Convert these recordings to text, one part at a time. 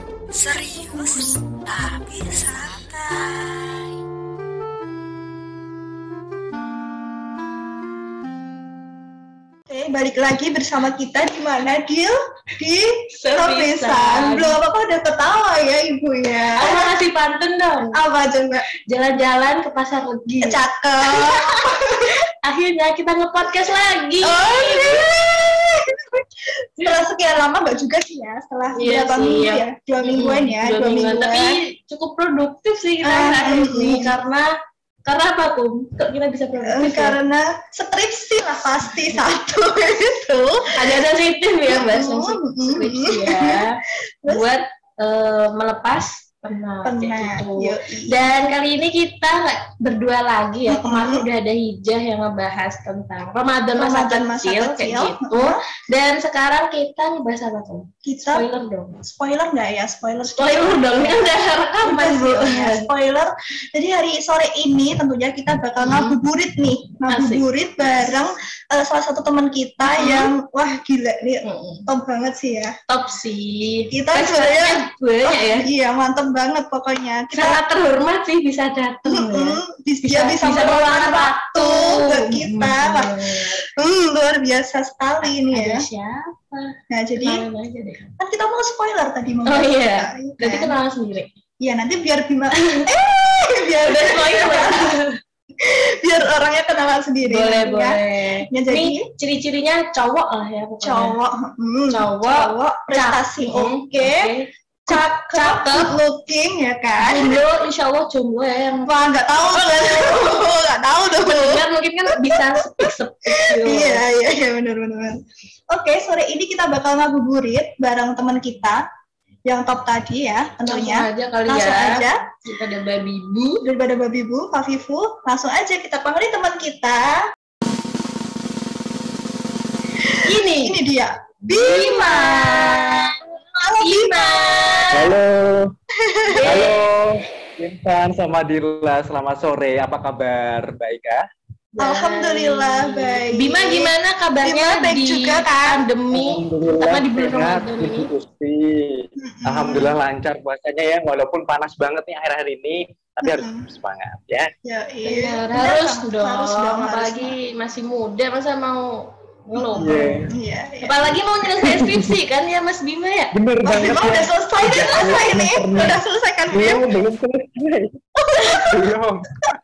Serius tapi santai. Oke, balik lagi bersama kita di mana, Dil? Di Servisan. Belum apa-apa udah ketawa ya ibu ya. Aku mau ngasih pantun dong. Apa coba? Jalan-jalan ke pasar Legi. Cakep. Akhirnya kita nge-podcast lagi. Setelah sekian lama nggak juga sih ya, setelah Iya berapa sih, minggu ya. ya? 2 mingguan ya, 2 mingguan. Tapi cukup produktif sih kita hari ini karena apa, Kum? Kok kita bisa produktif? Karena skripsi lah pasti satu itu. Ada sensitif ya, Mbak, skripsi ya. Buat melepas penat gitu. Yoi. Dan kali ini kita nggak berdua lagi ya. Kemarin udah ada Hijah yang ngebahas tentang Ramadan masa kecil kayak gitu. Dan sekarang kita ngebahas apa tuh? Kita Spoiler dong. spoiler nggak ya? Spoiler Dong, ini kan udah rekaman Bu. ya, spoiler. Jadi hari sore ini tentunya kita bakal ngabuburit nih, ngabuburit bareng salah satu teman kita yang wah gila nih, top banget sih ya. Top sih. Kita sebenarnya banyak ya. Iya mantep banget pokoknya. Kita Sangat terhormat sih bisa datang ya. dia bisa meluangkan waktu ke kita. Wah, luar biasa sekali ini ya. Ada siapa? Nah jadi Kenalan aja deh. kan kita mau spoiler tadi mau. Oh iya. Kan? Jadi kenalan sendiri. Iya nanti biar Bima biar Udah spoiler. biar orangnya kenalan sendiri. Boleh, ya. boleh. Ya, jadi Ini ciri-cirinya cowok lah ya pokoknya. cowok prestasi oke. Cakep, good looking ya kan. Jomblo, insya Allah jomblo ya yang Wah nggak tahu tuh. pendengar mungkin kan bisa speak Iya benar. Oke, sore ini kita bakal ngabuburit bareng teman kita yang top tadi ya tentunya. Langsung Langsung aja. daripada babi bu. Daripada Babi Bu, Kak Vivu, langsung aja kita panggil teman kita. Ini dia, Bima. Halo Bima. Halo, Intan sama Dila, selamat sore. Apa kabar? Baik ya? Alhamdulillah baik. Bima gimana kabarnya Bima baik di juga, kan? pandemi sama di bulan sehat, Ramadan ini? Gusti. Alhamdulillah lancar puasanya ya, walaupun panas banget nih akhir-akhir ini, tapi harus semangat ya. Ya, Benar, benar, harus dong. harus Apalagi masih muda, masa mau ngeluh. Iya. Apalagi mau nyelesain skripsi kan ya Mas Bima ya? Bener Mas banget. Bima udah selesai nih. Udah selesai kan Bim? Belum selesai. Belum.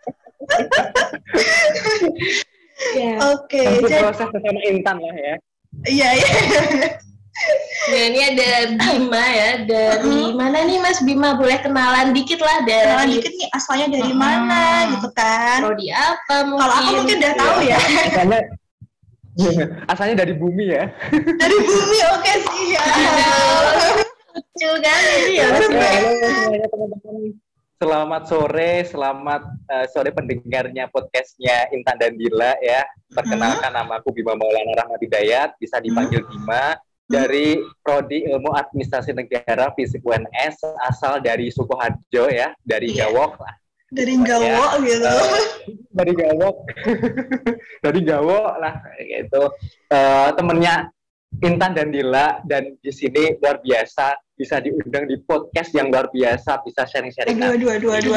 Iya. Oke, Untuk jadi proses bersama Intan lah ya. iya. Nah, ini ada Bima ya, dari mana nih Mas Bima? Boleh kenalan dikit lah Kenalan dari dikit nih asalnya dari mana gitu kan. prodi apa mungkin? Kalau aku mungkin udah tahu ya. Asalnya dari bumi ya. Dari bumi oke sih ya. Lucu kan ini ya Mas Bima? Halo semuanya teman-teman. Selamat sore pendengarnya podcastnya Intan dan Dila ya. Perkenalkan nama aku Bima Maulana Rahmat Hidayat, bisa dipanggil Bima. Dari Prodi Ilmu Administrasi Negara Fisip UNS, asal dari Sukoharjo ya, dari Gawok lah. Dari Gawok gitu. Dari Gawok. Dari Gawok lah kayak gitu. Temennya Intan dan Dila, dan di sini luar biasa bisa diundang di podcast yang luar biasa, bisa sharing-sharing. Aduh.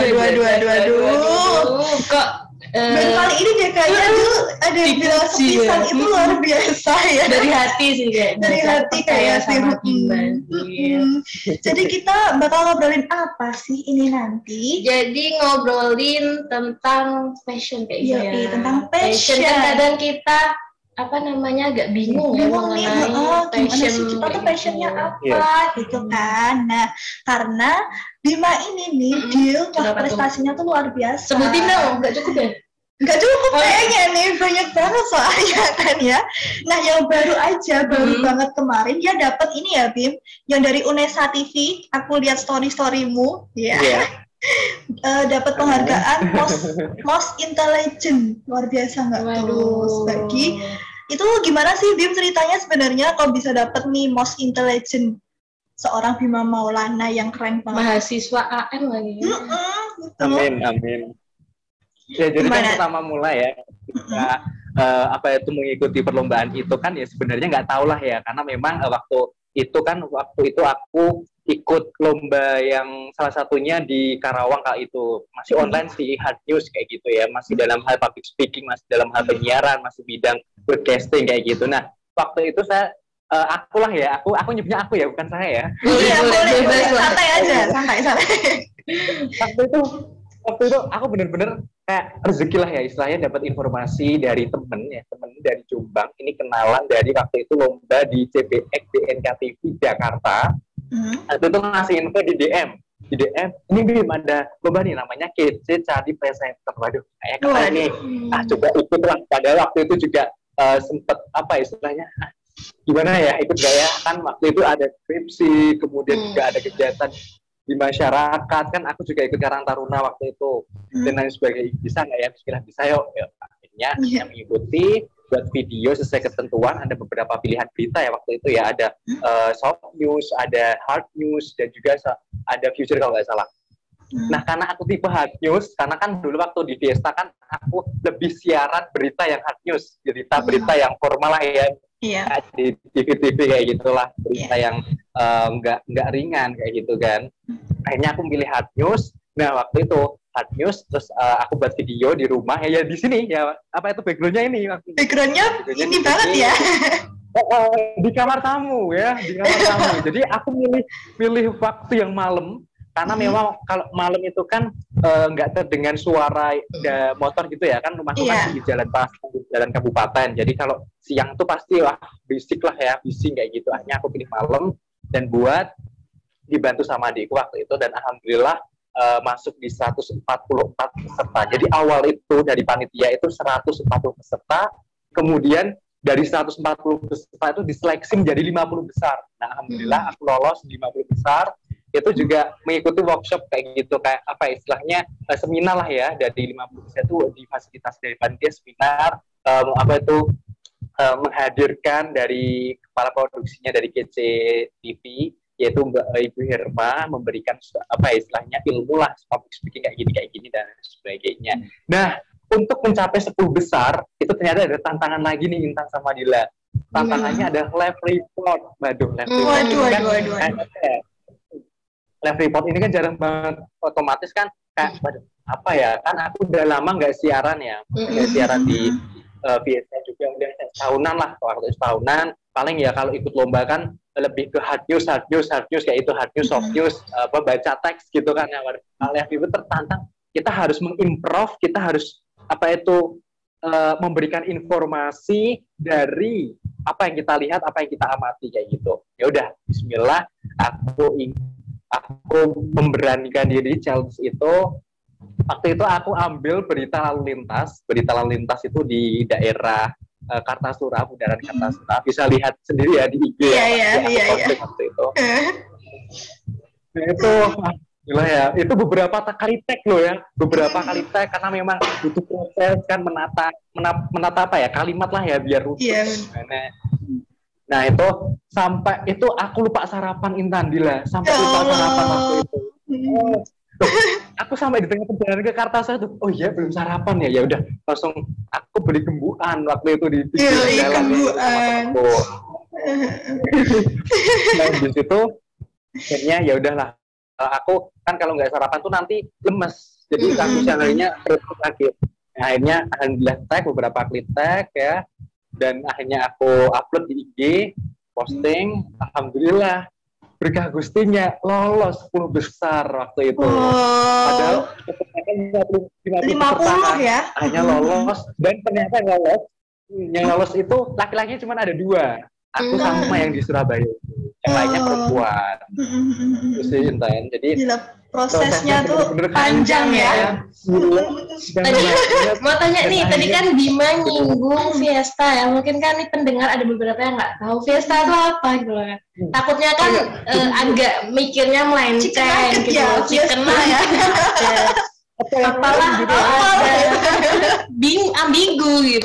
Kok Dan kali ini deh kayaknya dulu ada yang bilang sepisan itu luar biasa ya. dari hati sih kayak Dari hati kayak sih. sama Bima sih. Jadi kita bakal ngobrolin apa sih ini nanti? Jadi ngobrolin tentang passion kayak gitu Iya, ya. tentang passion. Kan kadang kita apa namanya agak bingung ya Bingung nih, mengenai gimana sih kita kayak tuh passionnya gitu. apa gitu kan. Nah, karena Bima ini nih, Dil, wah Kenapa tuh? prestasinya tuh luar biasa. Sebutin dong, nggak cukup ya? Nggak cukup kayaknya nih, banyak banget soalnya kan ya. Nah, yang baru banget kemarin, dia dapat ini ya, Bim, yang dari Unesa TV, aku lihat story-storymu, ya. Iya. Dapat penghargaan most intelligent, luar biasa nggak tuh? Waduh. Sebagai itu gimana sih Bim ceritanya sebenarnya kalau bisa dapat nih most intelligent, seorang Bima Maulana yang keren banget. Mahasiswa AM lagi. Gitu. Amin. Ya jadi Gimana? kan pertama mulai ya kita mengikuti perlombaan itu kan ya sebenarnya nggak tahu lah ya, karena memang waktu itu kan waktu itu aku ikut lomba yang salah satunya di Karawang kali itu, masih online sih, hard news kayak gitu ya, masih dalam hal public speaking, masih dalam hal penyiaran, masih bidang broadcasting kayak gitu. Nah waktu itu saya aku nyebutnya aku ya, bukan saya ya. Iya boleh, santai aja, santai. Waktu itu aku bener-bener kayak rezeki lah ya istilahnya, dapat informasi dari temen dari Jombang, ini kenalan dari waktu itu lomba di CBX BNKTV Jakarta. Itu tuh ngasih info di DM, ini Bim ada lomba nih namanya KC Cari Presenter. Waduh kayak keren nih, coba ikut lah. Padahal waktu itu juga sempet istilahnya gimana ya, ikut gak ya, kan waktu itu ada skripsi, kemudian juga ada kegiatan di masyarakat, kan aku juga ikut Karang Taruna waktu itu dan lain sebagainya. Bisa nggak ya, bismillah bisa yuk. Akhirnya saya mengikuti, buat video sesuai ketentuan. Ada beberapa pilihan berita ya waktu itu ya, ada soft news, ada hard news, dan juga ada future kalau nggak salah. Nah karena aku tipe hard news, karena kan dulu waktu di Fiesta kan aku lebih siaran berita yang hard news, berita yang formal lah ya. Di TV-TV kayak gitulah, berita yang nggak ringan kayak gitu kan. Akhirnya aku pilih hard news. Nah waktu itu hard news, terus aku buat video di rumah ya di sini ya, apa itu backgroundnya ini? Backgroundnya ini banget ya. Di kamar tamu ya, di kamar tamu. Jadi aku pilih waktu yang malam, karena memang kalau malam itu kan nggak terdengar suara motor gitu ya, kan rumahku kan di jalan jalan kabupaten. Jadi kalau siang tuh pasti bising lah ya, bising kayak gitu. Akhirnya aku pilih malam dan buat dibantu sama adikku waktu itu, dan alhamdulillah masuk di 144 peserta. Jadi awal itu dari panitia itu 140 peserta, kemudian dari 140 peserta itu diseleksi menjadi 50 besar. Nah alhamdulillah aku lolos 50 besar. Itu juga mengikuti workshop kayak gitu, kayak apa istilahnya seminar lah ya, dari 50 besar itu di fasilitas dari panitia seminar, menghadirkan dari kepala produksinya dari GC TV, yaitu Ibu Herma, memberikan apa istilahnya ilmu lah, public speaking kayak gini dan sebagainya. Nah untuk mencapai 10 besar itu ternyata ada tantangan lagi nih Intan sama Dila. Tantangannya ada live report. Waduh. Live report ini kan jarang banget, otomatis kan kayak apa ya, kan aku udah lama nggak siaran ya, nggak siaran di Fiesta juga udah setahunan lah, waktu setahunan. Paling ya kalau ikut lomba kan lebih ke hard news kayak itu, hard news, soft news, baca teks gitu kan ya. Live report tertantang, kita harus mengimprove, kita harus memberikan informasi dari apa yang kita lihat, apa yang kita amati kayak gitu. Ya udah, bismillah, aku memberanikan diri challenge itu. Waktu itu aku ambil berita lalu lintas itu di daerah Kartasura, bundaran Kartasura. Bisa lihat sendiri ya di IG. Waktu itu. Nah, itu gila ya. Itu beberapa kali tag loh ya. Beberapa kali tag karena memang butuh proses kan, menata apa ya, kalimat lah ya biar rutin. Nah itu sampai itu aku lupa sarapan Intan Dila, sampai lupa sarapan waktu itu. Aku sampai di tengah perjalanan ke Kartasura tuh, oh iya belum sarapan ya, udah langsung aku beli gembuan waktu itu di jalan. Nah di situ akhirnya ya udahlah, aku kan kalau nggak sarapan tuh nanti lemes, jadi aku siang-harinya perut sakit. Nah, akhirnya alhamdulillah tag beberapa kali tag ya. Dan akhirnya aku upload di IG, posting, alhamdulillah berkah gustinya lolos 10 besar waktu itu. Padahal kebanyakan 50 ya. Hanya lolos, dan ternyata yang lolos itu laki-lakinya cuma ada 2. Aku sama yang di Surabaya, yang lainnya perempuan. Itu sih Intan. Jadi prosesnya tuh panjang ya. Mau tanya nih, tadi kan Bima nyinggung Fiesta ya, mungkin kan nih pendengar ada beberapa yang nggak tahu Fiesta itu apa gitu kan. Takutnya kan agak mikirnya melenceng gitu, chicken ya. Apalah gitu, ambigu gitu.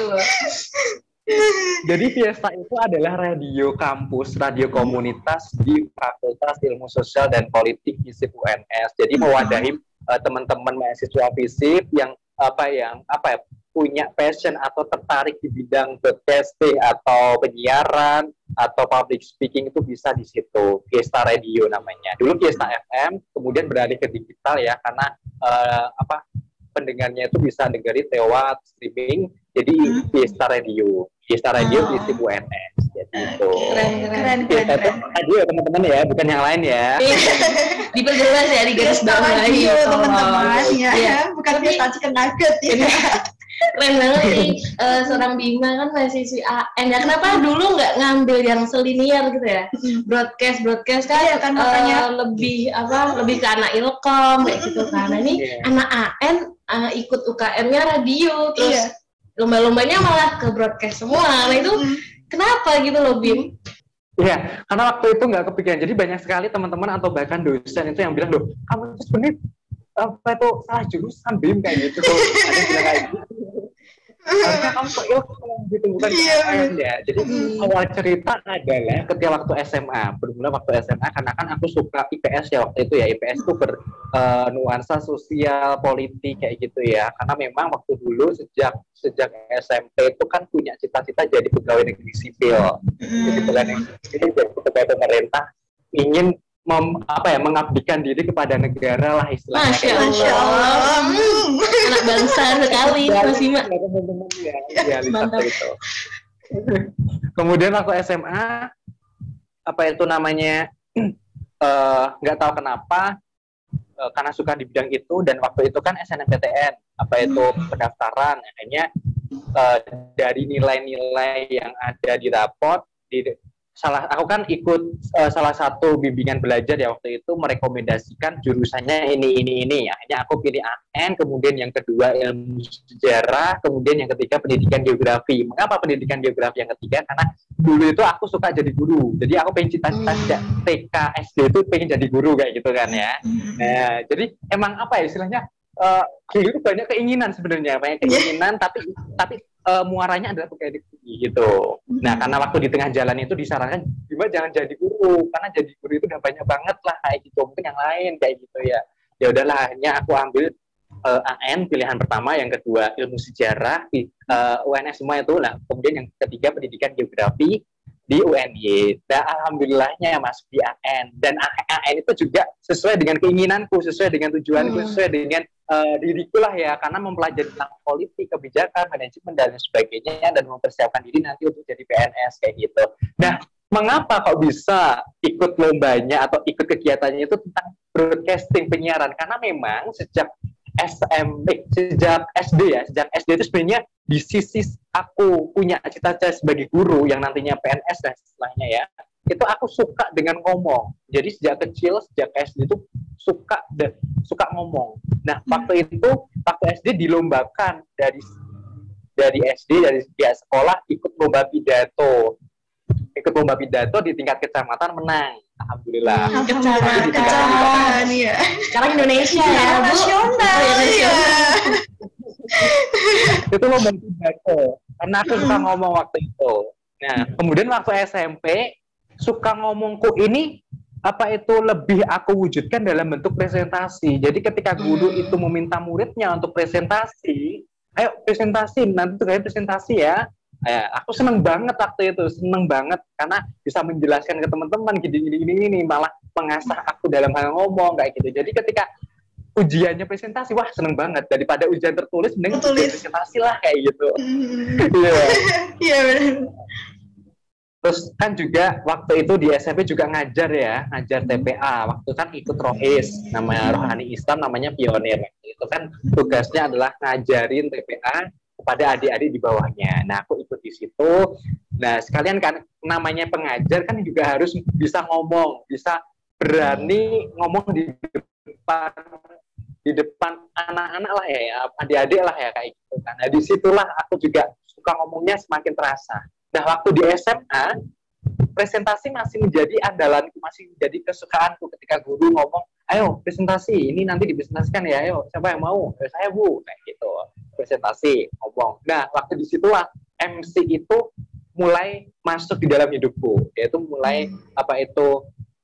Jadi Fiesta itu adalah radio kampus, radio komunitas di Fakultas Ilmu Sosial dan Politik FISIP UNS. Jadi mewadahi teman-teman mahasiswa FISIP yang punya passion atau tertarik di bidang broadcasting atau penyiaran atau public speaking itu bisa di situ. Fiesta Radio namanya. Dulu Fiesta FM, kemudian beralih ke digital ya karena pendengarnya itu bisa dengerin lewat streaming. Jadi Fiesta Radio di tim UNS. Jadi itu. Keren. Radio teman-teman ya, bukan yang lain ya. Diperjelas ya di garis bawahi teman-teman ya. Bukan Fiesta Chicken Nugget ya. Keren banget nih, seorang Bima kan mahasiswi AN ya, kenapa dulu nggak ngambil yang selinier gitu ya, broadcast kan, makanya lebih ke anak Ilkom kayak gitu kan. Nah, ini anak AN ikut UKM-nya radio, terus lomba-lombanya malah ke broadcast semua. Nah itu kenapa gitu loh Bim? Iya, karena waktu itu nggak kepikiran. Jadi banyak sekali teman-teman atau bahkan dosen itu yang bilang, loh kamu itu sebenarnya salah jurusan Bim kayak gitu. Ada yang bilang kayak gitu. Harusnya kamu ke Ilkom gitu, bukan KKN ya. Jadi awal cerita adalah ketika waktu SMA. Bermula waktu SMA karena kan aku suka IPS ya waktu itu ya. IPS itu bernuansa sosial, politik kayak gitu ya. Karena memang waktu dulu sejak SMP itu kan punya cita-cita jadi pegawai negeri sipil. Jadi pegawai negeri sipil jadi pegawai pemerintah, ingin mengabdikan diri kepada negara lah istilahnya. Masya Allah. Anak bangsa sekali Mas Bima. Ya, mantap itu. Kemudian waktu SMA nggak tahu kenapa karena suka di bidang itu, dan waktu itu kan SNMPTN pendaftaran, akhirnya dari nilai-nilai yang ada di raport aku kan ikut salah satu bimbingan belajar ya waktu itu, merekomendasikan jurusannya ini. Akhirnya aku pilih AN, kemudian yang kedua ilmu sejarah, kemudian yang ketiga pendidikan geografi. Mengapa pendidikan geografi yang ketiga? Karena dulu itu aku suka jadi guru. Jadi aku pengen cita-cita sejak TK, SD itu pengen jadi guru kayak gitu kan ya. Nah, jadi emang istilahnya dulu itu banyak keinginan sebenarnya, tapi muaranya adalah pegawai negeri gitu. Nah, karena waktu di tengah jalan itu disarankan juga jangan jadi guru, karena jadi guru itu udah banyak banget lah kayak gitu, mungkin yang lain kayak gitu ya. Ya udahlah, akhirnya aku ambil AN pilihan pertama, yang kedua ilmu sejarah di UNS semua itu lah, kemudian yang ketiga pendidikan geografi di UNY. Dan alhamdulillahnya masuk di AN, dan AN itu juga sesuai dengan keinginanku, sesuai dengan tujuanku, sesuai dengan diriku lah ya, karena mempelajari tentang politik, kebijakan, manajemen dan sebagainya, dan mempersiapkan diri nanti untuk jadi PNS kayak gitu. Nah, mengapa kok bisa ikut lombanya atau ikut kegiatannya itu tentang broadcasting, penyiaran? Karena memang sejak SD itu sebenarnya di sisi aku punya cita-cita sebagai guru yang nantinya PNS dan setelahnya ya, itu aku suka dengan ngomong. Jadi sejak kecil, sejak SD itu suka ngomong. Nah, waktu SD dilombakan dari SD, dari pihak sekolah ikut lomba pidato di tingkat kecamatan, menang. Alhamdulillah. Kecamatan ya. Sekarang Indonesia ya, Bu. Nasional ya. Itu lomba pidato. Karena aku suka ngomong waktu itu. Nah, kemudian waktu SMP suka ngomongku ini lebih aku wujudkan dalam bentuk presentasi. Jadi ketika guru itu meminta muridnya untuk presentasi, ayo presentasi, nanti tuh kayak presentasi ya. Aku seneng banget waktu itu, karena bisa menjelaskan ke teman-teman gini, malah mengasah aku dalam hal ngomong kayak gitu. Jadi ketika ujiannya presentasi, wah seneng banget, daripada ujian tertulis mending presentasi lah kayak gitu. Iya benar. Terus kan juga waktu itu di SMP juga ngajar TPA. Waktu kan ikut ROIS, namanya Rohani Islam, namanya Pionir. Itu kan tugasnya adalah ngajarin TPA kepada adik-adik di bawahnya. Nah, aku ikut di situ. Nah, sekalian kan namanya pengajar kan juga harus bisa ngomong, bisa berani ngomong di depan anak-anak lah ya, adik-adik lah ya kayak gitu kan. Nah, disitulah aku juga suka ngomongnya semakin terasa. Nah, waktu di SMA, presentasi masih menjadi andalanku, masih menjadi kesukaanku ketika guru ngomong, ayo presentasi, ini nanti dipresentasikan ya, ayo siapa yang mau? Saya Bu, kayak gitu, presentasi, ngomong. Nah, waktu disitulah MC itu mulai masuk di dalam hidupku, yaitu mulai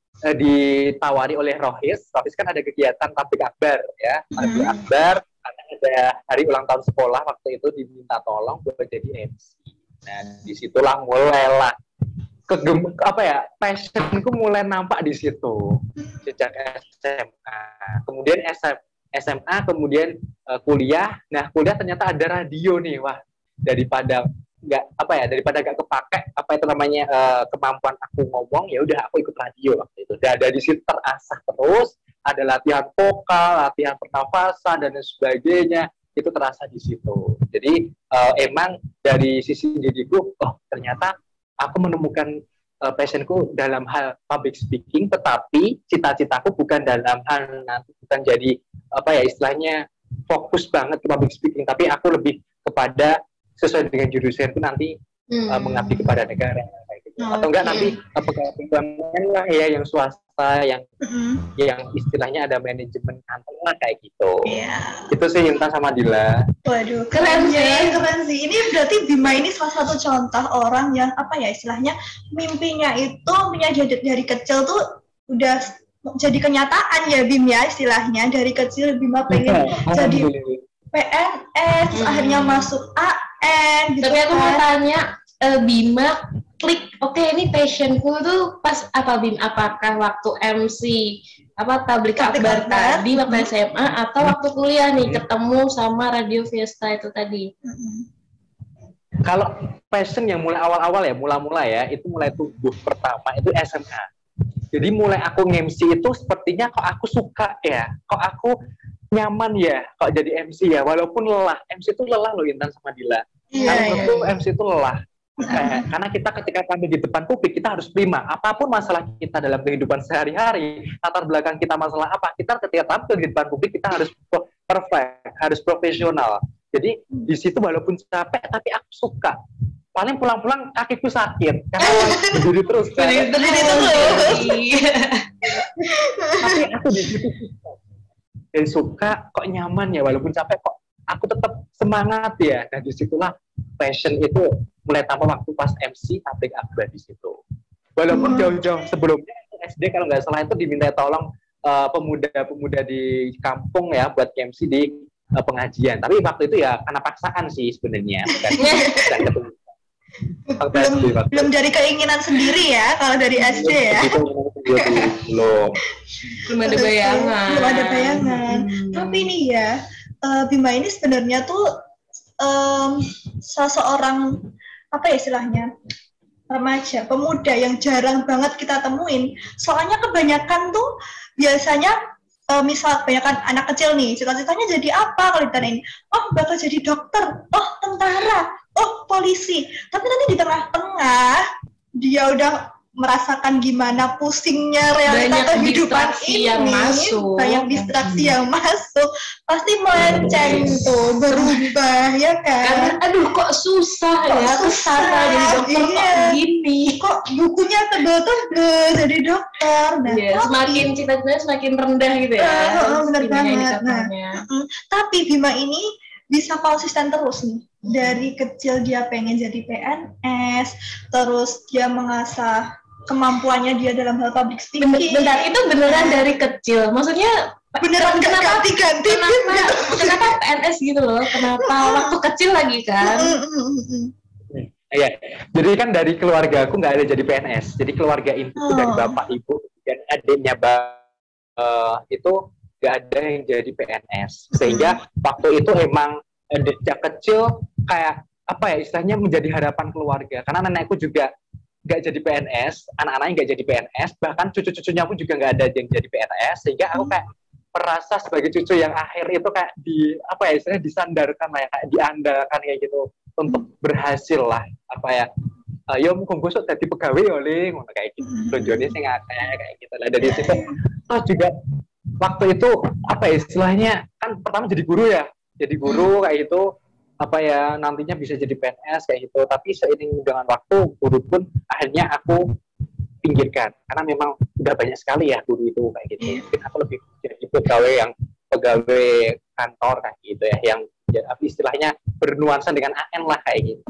ditawari oleh Rohis kan ada kegiatan tablik akbar ya, tablik akbar, ada hari ulang tahun sekolah waktu itu diminta tolong buat jadi MC. Nah, disitulah mulailah passionku mulai nampak di situ sejak SMA. Kemudian SMA, kemudian kuliah. Nah, kuliah ternyata ada radio nih, wah daripada nggak kepake kemampuan aku ngomong, ya udah aku ikut radio waktu itu. Dan dari situ terasah terus, ada latihan vokal, latihan pernafasan dan sebagainya, itu terasa di situ. Jadi emang dari sisi diriku, ternyata aku menemukan passionku dalam hal public speaking, tetapi cita-citaku bukan dalam hal nanti bukan jadi istilahnya fokus banget ke public speaking, tapi aku lebih kepada sesuai dengan jurusanku nanti mengabdi kepada negara kayak gitu. Atau enggak nanti pegawai BUMN lah ya, yang swasta, yang istilahnya ada manajemen kantor lah kayak gitu. Itu sih Intan sama Dila. Waduh, keren sih. Ini berarti Bima ini salah satu contoh orang yang istilahnya mimpinya dari kecil tuh udah jadi kenyataan ya, Bim ya, istilahnya dari kecil Bima pengen jadi PNS, akhirnya masuk AN gitu. Tapi aku mau tanya, Bima klik, ini passionku tuh pas apa, Bim? Apakah waktu MC tablik akbar tadi waktu SMA atau waktu kuliah nih ketemu sama Radio Fiesta itu tadi? Kalau passion yang mulai awal-awal ya, mula-mula ya, itu mulai tumbuh pertama itu SMA. Jadi mulai aku nge-MC itu sepertinya kok aku suka ya, kok aku nyaman ya, kok jadi MC ya, walaupun lelah. MC itu lelah loh Intan sama Dila. Kalau MC itu lelah. Karena kita ketika tampil di depan publik, kita harus prima. Apapun masalah kita dalam kehidupan sehari-hari, latar belakang kita masalah apa, kita ketika tampil di depan publik, kita harus perfect, harus profesional. Jadi di situ walaupun capek, tapi aku suka. Paling pulang-pulang kakiku sakit karena berdiri terus. Berdiri terus. Tapi aku di situ suka, kok nyaman ya, walaupun capek kok aku tetap semangat ya. Dan disitulah passion itu mulai tampak waktu pas MC tablik akbar di situ. Walaupun jauh-jauh sebelumnya SD kalau nggak salah itu diminta tolong pemuda-pemuda di kampung ya buat MC di pengajian. Tapi waktu itu ya karena paksaan sih sebenarnya. Belum dari keinginan sendiri ya, kalau dari SD ya. Belum ada bayangan. Tapi ini ya, Bima ini sebenarnya tuh seseorang istilahnya remaja, pemuda yang jarang banget kita temuin. Soalnya kebanyakan tuh biasanya misal kebanyakan anak kecil nih, cita-citanya jadi apa kalau ditanya ini? Bakal jadi dokter, tentara, polisi. Tapi nanti di tengah-tengah dia udah merasakan gimana pusingnya realita kehidupan ini, banyak distraksi yang masuk, pasti melenceng tuh, berubah ya kan? Aduh kok susah ya kesana jadi dokter kok gini, kok bukunya tebel-tebel jadi dokter. Semakin cita-citanya semakin rendah gitu ya. Benar banget. Tapi Bima ini bisa konsisten terus nih. Dari kecil dia pengen jadi PNS, terus dia mengasah kemampuannya dia dalam hal public speaking. Bentar, itu beneran dari kecil? Maksudnya beneran ganti-ganti? Kenapa PNS gitu loh? Kenapa waktu kecil lagi kan? Iya, jadi kan dari keluarga aku nggak ada jadi PNS. Jadi keluarga itu dari bapak, ibu, dan adiknya itu nggak ada yang jadi PNS. Sehingga waktu itu emang sejak kecil kayak istilahnya menjadi harapan keluarga. Karena nenekku juga nggak jadi PNS, anak-anaknya nggak jadi PNS, bahkan cucu-cucunya pun juga nggak ada yang jadi PNS, sehingga aku kayak merasa sebagai cucu yang akhir itu kayak istilahnya disandarkan lah ya, kayak diandalkan kayak gitu untuk berhasil lah, yo mung gosok dadi pegawai oleh ngono kayak gitu. Tunjone sing akeh kayak gitu. Lah dari situ juga waktu itu istilahnya kan pertama jadi guru ya. Jadi guru kayak gitu nantinya bisa jadi PNS kayak gitu. Tapi seiring dengan waktu guru pun akhirnya aku pinggirkan karena memang udah banyak sekali ya guru itu kayak gitu. Mungkin aku lebih jadi pegawai kantor kayak gitu ya, yang istilahnya bernuansa dengan AN lah kayak gitu.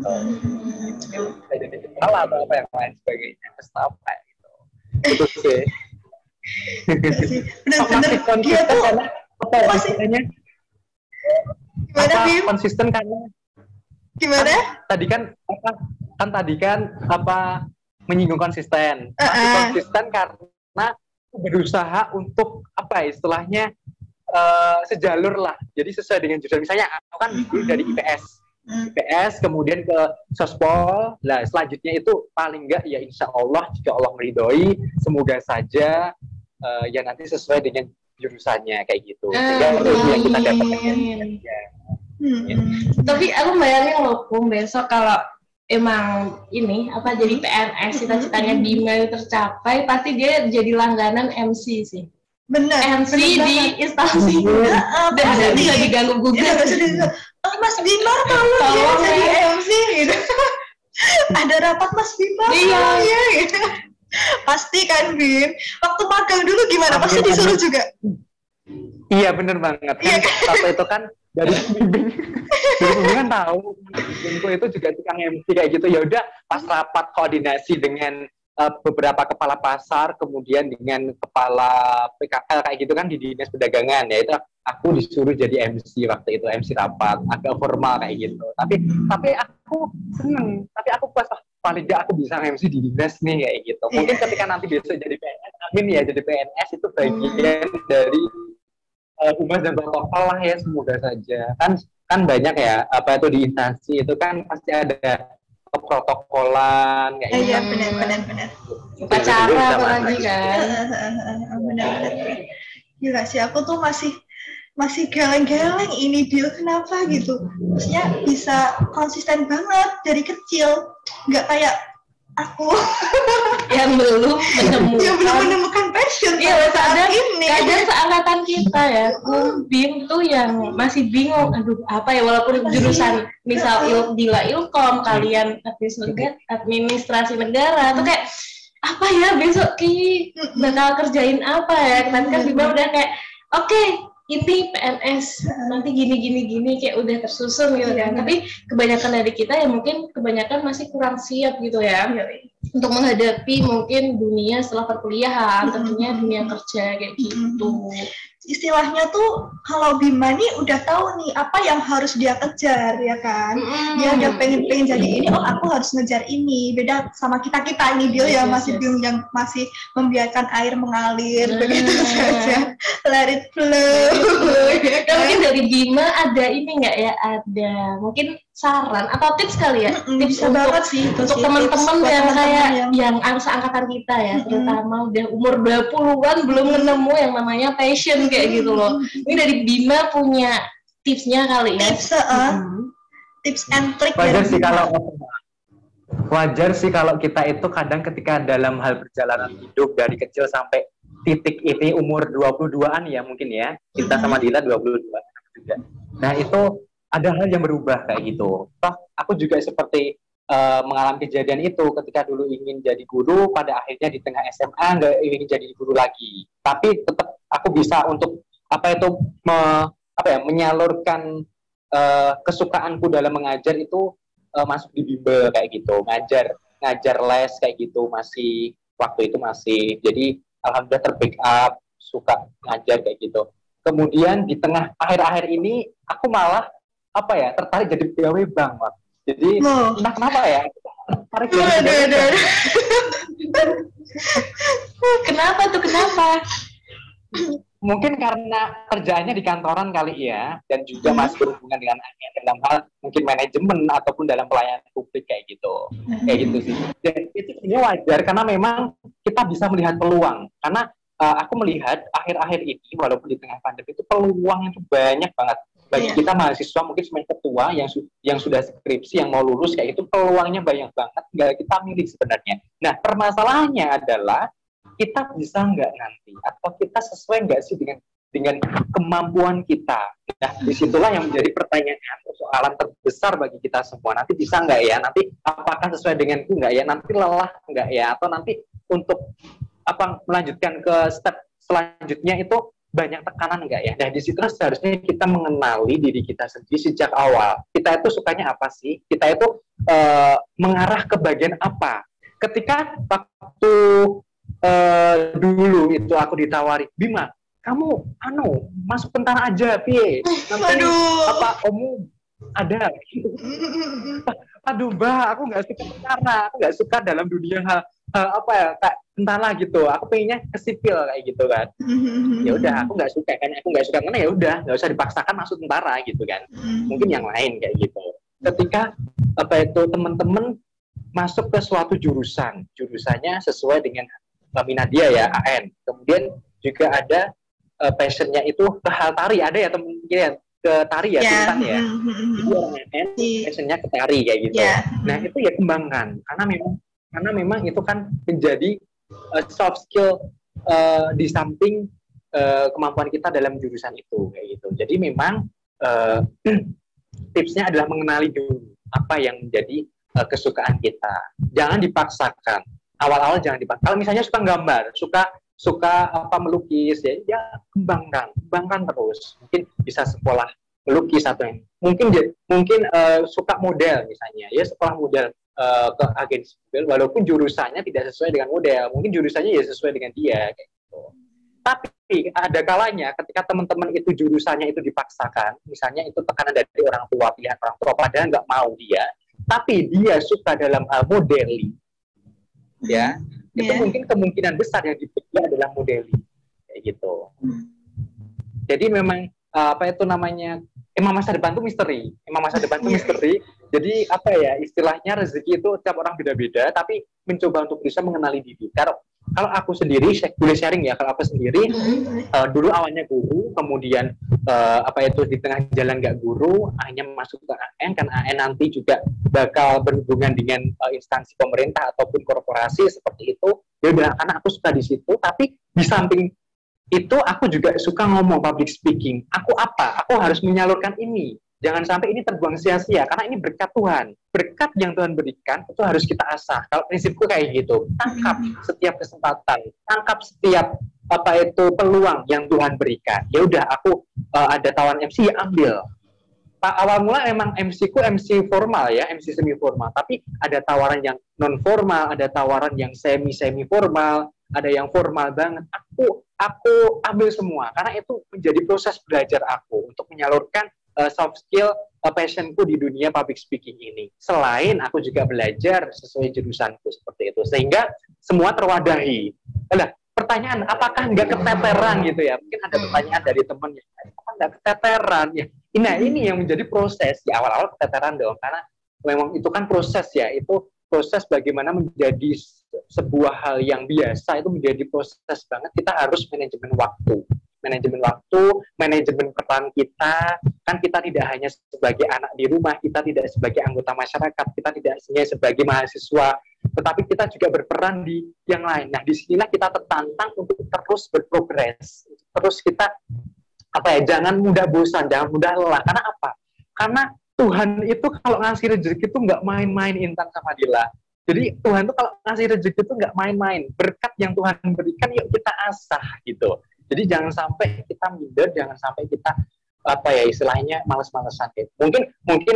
Jadi salah atau apa yang lain sebagainya, staff kayak gitu. Itu sih. Benar-benar dia tuh istilahnya Gimana, apa Bim? konsisten karena Gimana? tadi kan apa menyinggung konsisten. Masih konsisten karena berusaha untuk apa istilahnya sejalur lah. Jadi sesuai dengan jurusan. Misalnya aku kan dulu dari IPS kemudian ke Sospol. Nah selanjutnya itu paling enggak ya insya Allah jika Allah meridhoi semoga saja ya nanti sesuai dengan jurusannya kayak gitu. Sehingga itu yang kita dapatkan. Tapi aku bayangin loh Kum, besok kalau emang ini apa jadi PNS cita-citanya Bima itu tercapai, pasti dia jadi langganan MC sih. Benar. MC di instansi dan tidak diganggu gugat. Mas Bima kalau dia jadi MC gitu. Ada rapat Mas Bima. Iya gitu. Pasti kan Bim. Waktu magang dulu gimana? Pasti disuruh juga. Iya bener banget kan. Waktu itu kan dari pembimbing kan tahu pembimbingku itu juga tukang MC kayak gitu. Ya udah pas rapat koordinasi dengan beberapa kepala pasar, kemudian dengan kepala PKL kayak gitu kan di dinas perdagangan, ya itu aku disuruh jadi MC waktu itu, MC rapat agak formal kayak gitu. Tapi aku seneng, tapi aku pas paling gak aku bisa MC di dinas nih kayak gitu. Mungkin ketika nanti besok jadi PNS, amin ya jadi PNS itu bagian dari humas dan protokol lah ya, semoga saja. Kan banyak ya apa itu di instansi itu kan pasti ada protokolan kayak gitu. Iya benar. Upacara apalagi kan. Benar. Gila sih aku tuh masih geleng-geleng ini Bill kenapa gitu. Maksudnya bisa konsisten banget dari kecil. Nggak kayak aku yang belum menemukan passion. Iya, kadang seangkatan kita ya, Bim tuh yang masih bingung, aduh apa ya, walaupun jurusan misal Ilkom, kalian administrasi negara, tuh kayak apa ya besok bakal kerjain apa ya, kan Bima udah kayak oke, ini PNS nanti gini kayak udah tersusun gitu kan. Tapi kebanyakan dari kita ya mungkin kebanyakan masih kurang siap gitu ya untuk menghadapi mungkin dunia setelah perkuliahan, tentunya dunia kerja kayak gitu. Istilahnya tuh kalau Bima nih udah tahu nih apa yang harus dia kejar ya kan. Dia udah pengen jadi ini, oh aku harus ngejar ini. Beda sama kita ini Bill ya masih bingung yang masih membiarkan air mengalir begitu saja. Let it flow. Nah, mungkin dari Bima ada ini nggak ya, ada mungkin saran atau tips kali ya, tips bisa banget sih untuk teman-teman yang kayak yang seangkatan kita ya, terutama udah umur 20-an belum nemu yang namanya passion kayak gitu loh. Ini dari Bima punya tipsnya kali ya. Tips and trick. Wajar sih kalau kita itu kadang ketika dalam hal perjalanan hidup dari kecil sampai titik ini umur 22-an ya mungkin ya, kita sama Dila 22-an juga. Nah itu ada hal yang berubah kayak gitu. Toh aku juga seperti mengalami kejadian itu ketika dulu ingin jadi guru, pada akhirnya di tengah SMA nggak ingin jadi guru lagi. Tapi tetap aku bisa untuk menyalurkan kesukaanku dalam mengajar itu masuk di bimbel kayak gitu, ngajar les kayak gitu, masih waktu itu masih. Jadi alhamdulillah terbackup, suka ngajar kayak gitu. Kemudian di tengah akhir-akhir ini aku malah tertarik jadi pegawai bank, Pak. Jadi entah kenapa ya, tertarik jadi Kenapa? Mungkin karena kerjaannya di kantoran kali ya, dan juga masih berhubungan dengan dalam hal mungkin manajemen ataupun dalam pelayanan publik kayak gitu. Kayak gitu sih. Dan itu sebenarnya wajar karena memang kita bisa melihat peluang. Karena aku melihat akhir-akhir ini walaupun di tengah pandemi itu peluang itu banyak banget. Bagi kita mahasiswa mungkin semester tua yang sudah skripsi, yang mau lulus kayak itu peluangnya banyak banget, nggak kita milih sebenarnya. Nah permasalahannya adalah kita bisa nggak nanti, atau kita sesuai nggak sih dengan kemampuan kita. Nah disitulah yang menjadi pertanyaan, persoalan terbesar bagi kita semua. Nanti bisa nggak ya, nanti apakah sesuai denganku nggak ya, nanti lelah nggak ya, atau nanti untuk melanjutkan ke step selanjutnya itu banyak tekanan nggak ya? Nah di situ seharusnya kita mengenali diri kita sendiri sejak awal. Kita itu sukanya apa sih? Kita itu mengarah ke bagian apa? Ketika waktu dulu itu aku ditawari, Bima, kamu masuk tentara aja, piye. Nanti apa omu ada. Aduh, Mbak, aku nggak suka tentara, aku nggak suka dalam dunia kayak tentara gitu. Aku pengennya ke sipil kayak gitu kan. Ya udah, aku nggak suka karena ya udah nggak usah dipaksakan masuk tentara gitu kan. Mungkin yang lain kayak gitu. Ketika teman-teman masuk ke suatu jurusannya sesuai dengan minat dia ya, AN. Kemudian juga ada passionnya itu ke hal tari, ada ya teman-teman ke tari ya, tulisan ya. Jadi orang AN passionnya ke tari kayak gitu. Nah itu ya kembangkan, karena memang itu kan menjadi soft skill di samping kemampuan kita dalam jurusan itu kayak gitu. Jadi memang tipsnya adalah mengenali dulu apa yang menjadi kesukaan kita. Jangan dipaksakan. Awal-awal jangan dipaksakan. Kalau misalnya suka gambar, suka melukis, ya kembangkan terus. Mungkin bisa sekolah melukis atau mungkin suka model misalnya, ya sekolah model ke agensi model, walaupun jurusannya tidak sesuai dengan model, mungkin jurusannya ya sesuai dengan dia kayak gitu. Tapi ada kalanya ketika teman-teman itu jurusannya itu dipaksakan, misalnya itu tekanan dari orang tua, pilihan orang tua, padahal nggak mau dia, tapi dia suka dalam hal modeling, ya, itu mungkin kemungkinan besar yang dipilih adalah modeling, kayak gitu. Jadi memang emang masa depan itu misteri. Jadi istilahnya rezeki itu tiap orang beda-beda, tapi mencoba untuk bisa mengenali diri. Kalau aku sendiri, boleh sharing ya, kalau aku sendiri, dulu awalnya guru, kemudian di tengah jalan nggak guru, akhirnya masuk ke AN, kan AN nanti juga bakal berhubungan dengan instansi pemerintah ataupun korporasi seperti itu. Dia bilang, karena aku suka di situ, tapi di samping itu aku juga suka ngomong public speaking. Aku harus menyalurkan ini. Jangan sampai ini terbuang sia-sia, karena ini berkat Tuhan. Berkat yang Tuhan berikan, itu harus kita asah. Kalau prinsipku kayak gitu, tangkap setiap kesempatan, tangkap setiap peluang yang Tuhan berikan. Ya udah, aku ada tawaran MC, ya ambil. Awal mula memang MC formal ya, MC semi formal. Tapi ada tawaran yang non formal, ada tawaran yang semi formal, ada yang formal banget. Aku ambil semua, karena itu menjadi proses belajar aku untuk menyalurkan soft skill passionku di dunia public speaking ini. Selain aku juga belajar sesuai jurusanku seperti itu, sehingga semua terwadahi. Pertanyaan, apakah nggak keteteran gitu ya? Mungkin ada pertanyaan dari temennya, apakah nggak keteteran ya? Nah ini yang menjadi proses. Di awal-awal keteteran dong, karena memang itu kan proses ya, itu proses bagaimana menjadi sebuah hal yang biasa, itu menjadi proses banget. Kita harus manajemen waktu, manajemen peran kita. Kan kita tidak hanya sebagai anak di rumah, kita tidak sebagai anggota masyarakat, kita tidak hanya sebagai mahasiswa, tetapi kita juga berperan di yang lain. Nah, disinilah kita tertantang untuk terus berprogres. Terus kita jangan mudah bosan, jangan mudah lelah. Karena apa? Karena Tuhan itu kalau ngasih rezeki itu nggak main-main, Intan sama Dila. Jadi Tuhan itu kalau ngasih rezeki itu nggak main-main. Berkat yang Tuhan berikan, yuk kita asah gitu. Jadi jangan sampai kita minder, jangan sampai kita istilahnya malas-malasan. Mungkin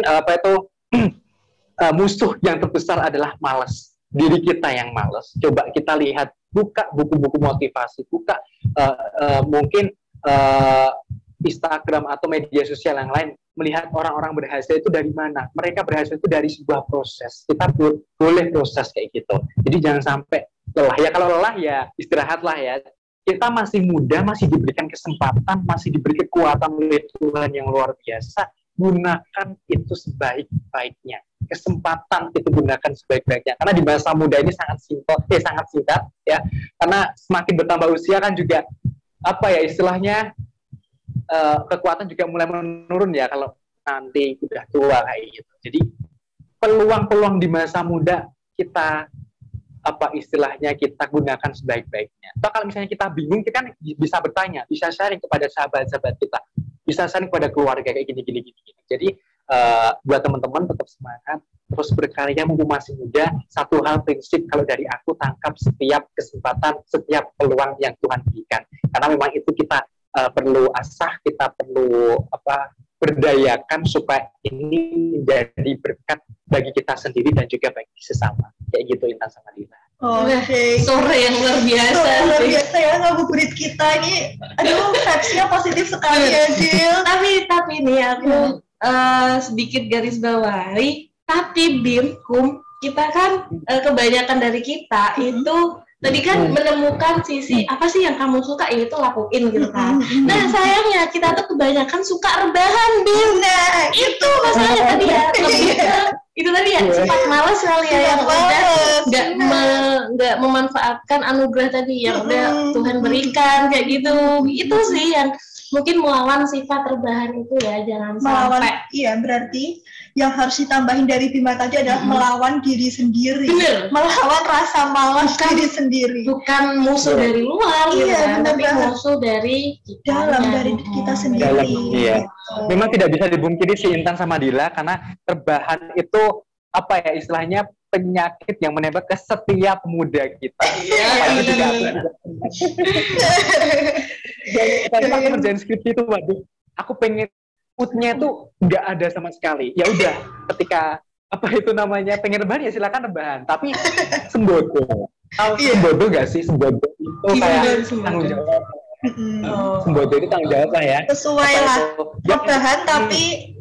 musuh yang terbesar adalah malas. Diri kita yang malas. Coba kita lihat, buka buku-buku motivasi, buka mungkin Instagram atau media sosial yang lain, melihat orang-orang berhasil itu dari mana. Mereka berhasil itu dari sebuah proses. Kita boleh proses kayak gitu. Jadi jangan sampai lelah. Ya kalau lelah ya istirahatlah ya. Kita masih muda, masih diberikan kesempatan, masih diberi kekuatan oleh Tuhan yang luar biasa. Gunakan itu sebaik-baiknya. Kesempatan itu gunakan sebaik-baiknya. Karena di masa muda ini sangat singkat ya. Karena semakin bertambah usia kan juga istilahnya kekuatan juga mulai menurun ya kalau nanti udah tua kayak gitu. Jadi peluang-peluang di masa muda kita istilahnya kita gunakan sebaik-baiknya. Atau kalau misalnya kita bingung, kita kan bisa bertanya, bisa sharing kepada sahabat-sahabat kita, bisa sharing kepada keluarga kayak gini. Jadi buat teman-teman tetap semangat, terus berkarya mumpung masih muda. Satu hal prinsip kalau dari aku, tangkap setiap kesempatan, setiap peluang yang Tuhan berikan. Karena memang itu kita perlu asah, kita perlu berdayakan supaya ini menjadi berkat bagi kita sendiri dan juga bagi sesama. Kayak gitu Intan sama Dila. Oke. Sore yang luar biasa. Luar biasa ya ngabuburit kita ini. Aduh, vibes-nya positif sekali ya, Dil. Tapi nih aku sedikit garis bawahi. Tapi Bim, kita kan kebanyakan dari kita itu tadi kan menemukan sisi apa sih yang kamu suka itu lakuin gitu kan. Nah sayangnya kita tuh kebanyakan suka rebahan Bim. Nah, Itu masalahnya tadi ya. Lebih ke itu tadi ya sifat malas kali ya yang udah nggak memanfaatkan anugerah tadi yang udah Tuhan berikan kayak gitu. Itu sih yang mungkin melawan sifat rebahan itu ya, jangan sampai. Iya, berarti yang harus ditambahin dari Bima tadi adalah melawan diri sendiri. Bener. Melawan rasa malas diri sendiri. Bukan musuh dari luar gitu kan, tapi banget. musuh dari Dalam dari kita sendiri. Dalam, iya. Memang tidak bisa dibungkiri si Intan sama Dila karena rebahan itu apa ya istilahnya penyakit yang menembak ke setiap pemuda kita. Apalagi juga dan aku ngerjain skripsi itu, waduh, aku pengen moodnya tuh nggak ada sama sekali. Ya udah, ketika apa itu namanya pengen rebahan ya silakan rebahan, tapi sembodo. Sembodo nggak sih? Sembodo itu kayak tanggung jawab. Sembodo itu tanggung jawab lah ya. Sesuai lah. Rebahan tapi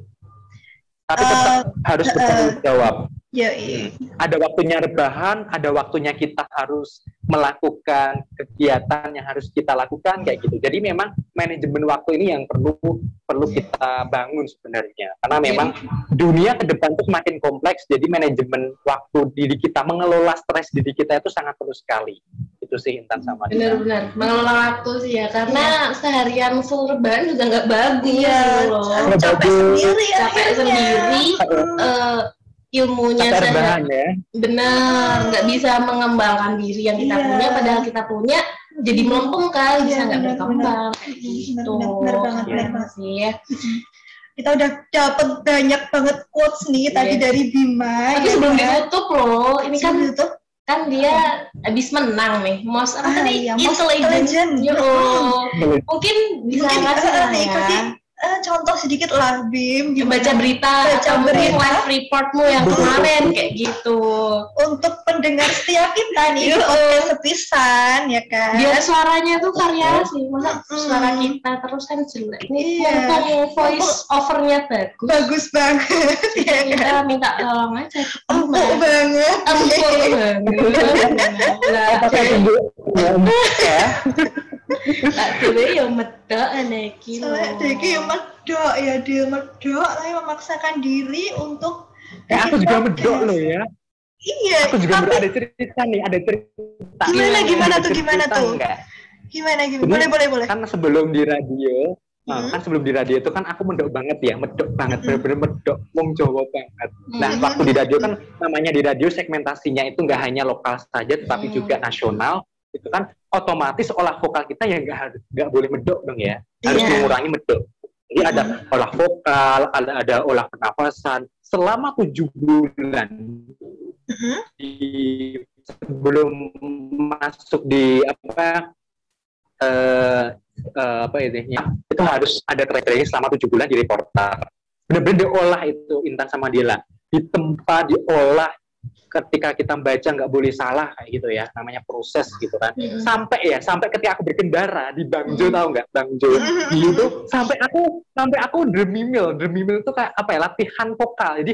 tetap harus bertanggung jawab. Ya, iya. Ada waktunya rebahan, ada waktunya kita harus melakukan kegiatan yang harus kita lakukan kayak gitu. Jadi memang manajemen waktu ini yang perlu kita bangun sebenarnya. Karena memang dunia ke depan itu semakin kompleks. Jadi manajemen waktu diri kita, mengelola stres diri kita itu sangat perlu sekali. Itu sih Intan sama Dina. Benar-benar mengelola waktu sih ya. Karena seharian full rebahan juga nggak bagus loh. Capek sendiri ya. Capek sendiri. Ilmunya saja benar nggak bisa mengembangkan diri yang kita punya, padahal kita punya jadi melempem kan, bisa nggak berkembang gitu. Benar banget sih ya. Kita udah dapat banyak banget quotes nih tadi dari Bima. Tapi sebelum ditutup loh, ini kan YouTube kan dia habis menang nih, most apa tadi intelligent. Mungkin bisa ngasih lah ya. Contoh sedikit lah Bim, baca berita atau mungkin live reportmu yang kemarin kayak gitu untuk pendengar setiap kita nih podcast sepisan ya kan, biar suaranya tuh variasi, masa suara kita terus kan jelek nih. Voice overnya bagus banget ya kan, minta tolong aja empuk banget tak dulu ya medok anak iki lho. Deki ya medok ya, dia medok tapi memaksakan diri untuk aku juga medok loh ya. Iya, aku juga ada cerita nih, ada cerita. Gimana tuh? Gimana? Boleh. Kan sebelum di radio, kan sebelum di radio itu kan aku medok banget ya, bener-bener medok, wong Jawa banget. Nah, waktu di radio kan namanya di radio segmentasinya itu nggak hanya lokal saja, tetapi juga nasional. Itu kan otomatis olah vokal kita ya nggak boleh medok dong ya, harus mengurangi medok. Jadi ada olah vokal, ada olah pernafasan selama 7 bulan sebelum masuk di itu harus ada training selama 7 bulan di reporter. Benar-benar diolah itu Intan sama Dila, ditempa, diolah. Ketika kita baca nggak boleh salah kayak gitu ya, namanya proses gitu kan. Sampai ketika aku berkendara di Bangjo, tahu nggak Bangjo gitu, sampai aku dremimil itu kayak apa ya, latihan vokal. Jadi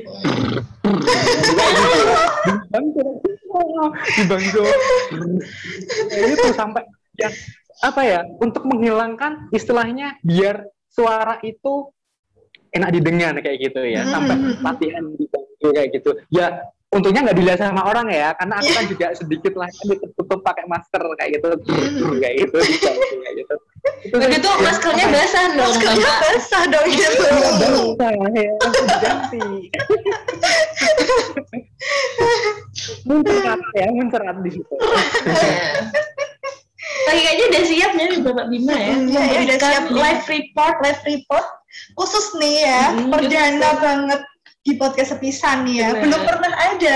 di Bangjo itu sampai ya apa ya, untuk menghilangkan istilahnya biar suara itu enak didengar kayak gitu ya, sampai latihan di Bangjo kayak gitu ya. Untungnya nggak dilihat sama orang ya, karena aku kan juga sedikit lah kan ditutup pakai masker kayak gitu, kayak gitu. Begitu maskernya basah dong. Maskernya basah dong gitu. Basah ya, diganti. Mencerat di situ. Kayaknya udah siap nih Bapak Bima ya. Ya udah siap live report khusus nih ya, perdana banget di podcast sepisan nih ya. Belum pernah ada.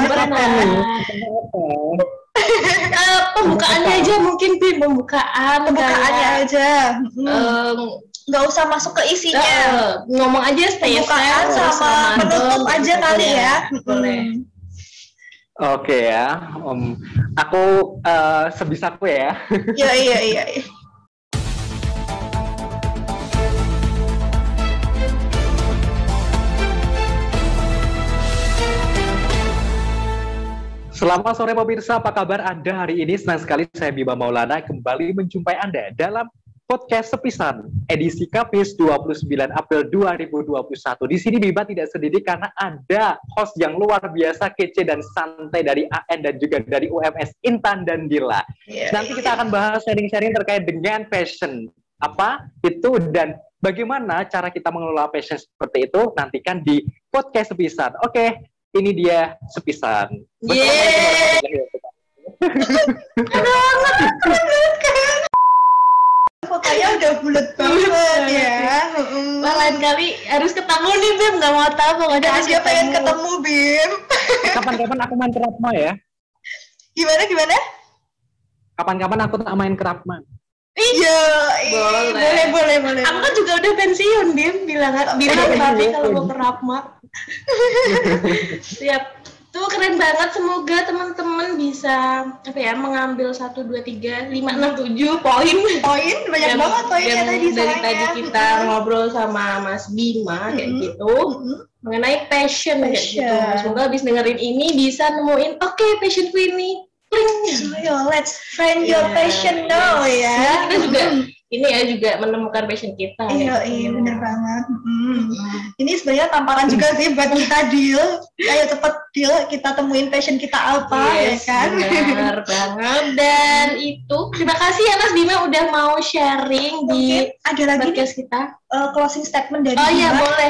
Pembukaannya aja mungkin pembukaannya aja. Nggak usah masuk ke isinya. Ngomong aja stay pembukaan sama penutup aja kali ya. Oke ya, aku sebisaku ya. Iya. Selamat sore pemirsa, apa kabar Anda hari ini? Senang sekali saya Bima Maulana kembali menjumpai Anda dalam podcast Sepisan edisi Kamis 29 April 2021. Di sini Bima tidak sendiri karena ada host yang luar biasa kece dan santai dari AN dan juga dari UMS, Intan dan Dila. Nanti kita akan bahas sharing-sharing terkait dengan passion. Apa itu dan bagaimana cara kita mengelola passion seperti itu, nantikan di podcast Sepisan. Oke. Ini dia Sepisan. Fotonya udah bulat banget ya. Lain kali harus ketemu nih Bim, nggak mau tahu pokoknya Harus dia pengen ketemu Bim. Kapan-kapan aku main Keratma ya. Gimana? Kapan-kapan aku tak main Keratma. Iya, boleh. Aku kan juga udah pensiun Bim, bilang tapi kalau mau kerapma. Siap. Tuh keren banget, semoga teman-teman bisa mengambil 1, 2, 3, 5, 6, 7 poin banyak banget poinnya tadi dari tadi kita ngobrol sama Mas Bima kayak gitu mengenai passion kayak gitu. Semoga habis dengerin ini bisa nemuin passionku ini. Let's find your passion now ya. Kita juga juga menemukan passion kita. Iya, bener banget. Ini sebenarnya tamparan juga sih buat kita deal. Ayo cepet deal, kita temuin passion kita apa, ya kan? Bener banget. Dan itu, terima kasih ya Mas Bima udah mau sharing di ada lagi podcast kita. Closing statement dari Bima. Iya, boleh.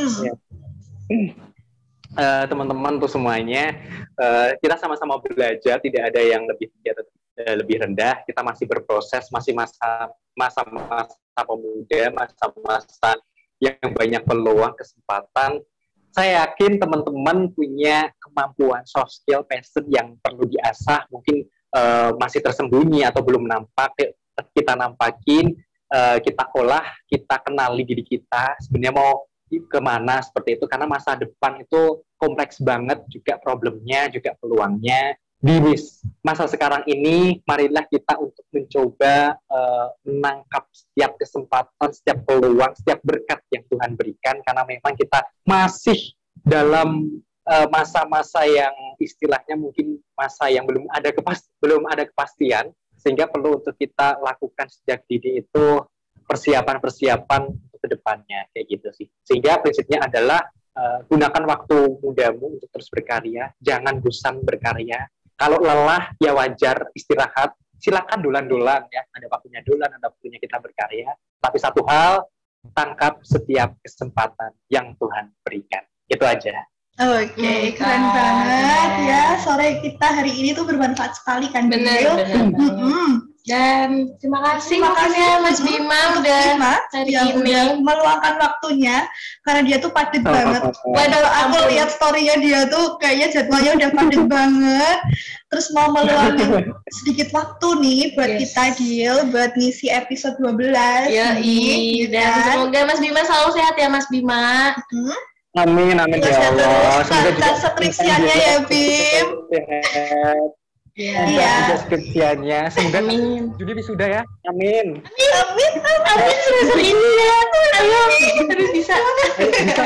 Teman-teman tuh semuanya, kita sama-sama belajar, tidak ada yang lebih tinggi atau lebih rendah. Kita masih berproses, masih masa-masa pemuda, masa-masa yang banyak peluang, kesempatan. Saya yakin teman-teman punya kemampuan soft skill, passion yang perlu diasah, mungkin masih tersembunyi atau belum nampak. Kita nampakin, kita olah, kita kenali diri kita. Sebenarnya mau kemana seperti itu, karena masa depan itu kompleks banget, juga problemnya, juga peluangnya. Di masa sekarang ini, marilah kita untuk mencoba menangkap setiap kesempatan, setiap peluang, setiap berkat yang Tuhan berikan, karena memang kita masih dalam masa-masa yang istilahnya mungkin masa yang belum ada kepastian, sehingga perlu untuk kita lakukan sejak dini itu persiapan ke depannya, kayak gitu sih. Sehingga prinsipnya adalah gunakan waktu mudamu untuk terus berkarya, jangan bosan berkarya. Kalau lelah ya wajar istirahat, silakan dolan-dolan ya, ada waktunya dolan, ada waktunya kita berkarya. Tapi satu hal, tangkap setiap kesempatan yang Tuhan berikan. Itu aja. Oke, keren banget ya. Sore kita hari ini tuh bermanfaat sekali kan, Bener. Dan terima kasih Mas Bima udah hari ini meluangkan waktunya, karena dia tuh padat banget. Waduh, aku lihat story-nya dia tuh kayaknya jadwalnya udah padat banget. Terus mau meluangkan sedikit waktu nih buat kita deal buat ngisi episode 12. Dan semoga Mas Bima selalu sehat ya Mas Bima. Amin ya Allah. Semoga skripsiannya ya Bim. Iya. Skripsiannya. Semoga Juni wisuda ya. Amin. Semester ini ya. Ayo harus bisa. Bisa.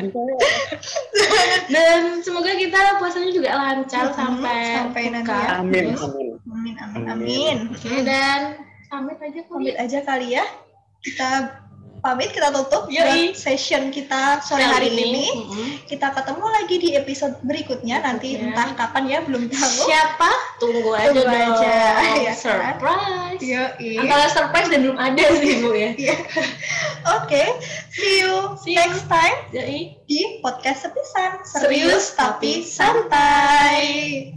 Dan semoga kita puasanya juga lancar sampai nanti. Amin. Oke, dan pamit aja kali ya. Kita tutup buat session kita sore hari ini. Kita ketemu lagi di episode berikutnya nanti entah kapan ya, belum tahu. Siapa? Tunggu aja. Ya, surprise. Antara surprise dan belum ada sih Bu ya. Oke, see you next time di podcast Sepisan. Serius tapi santai.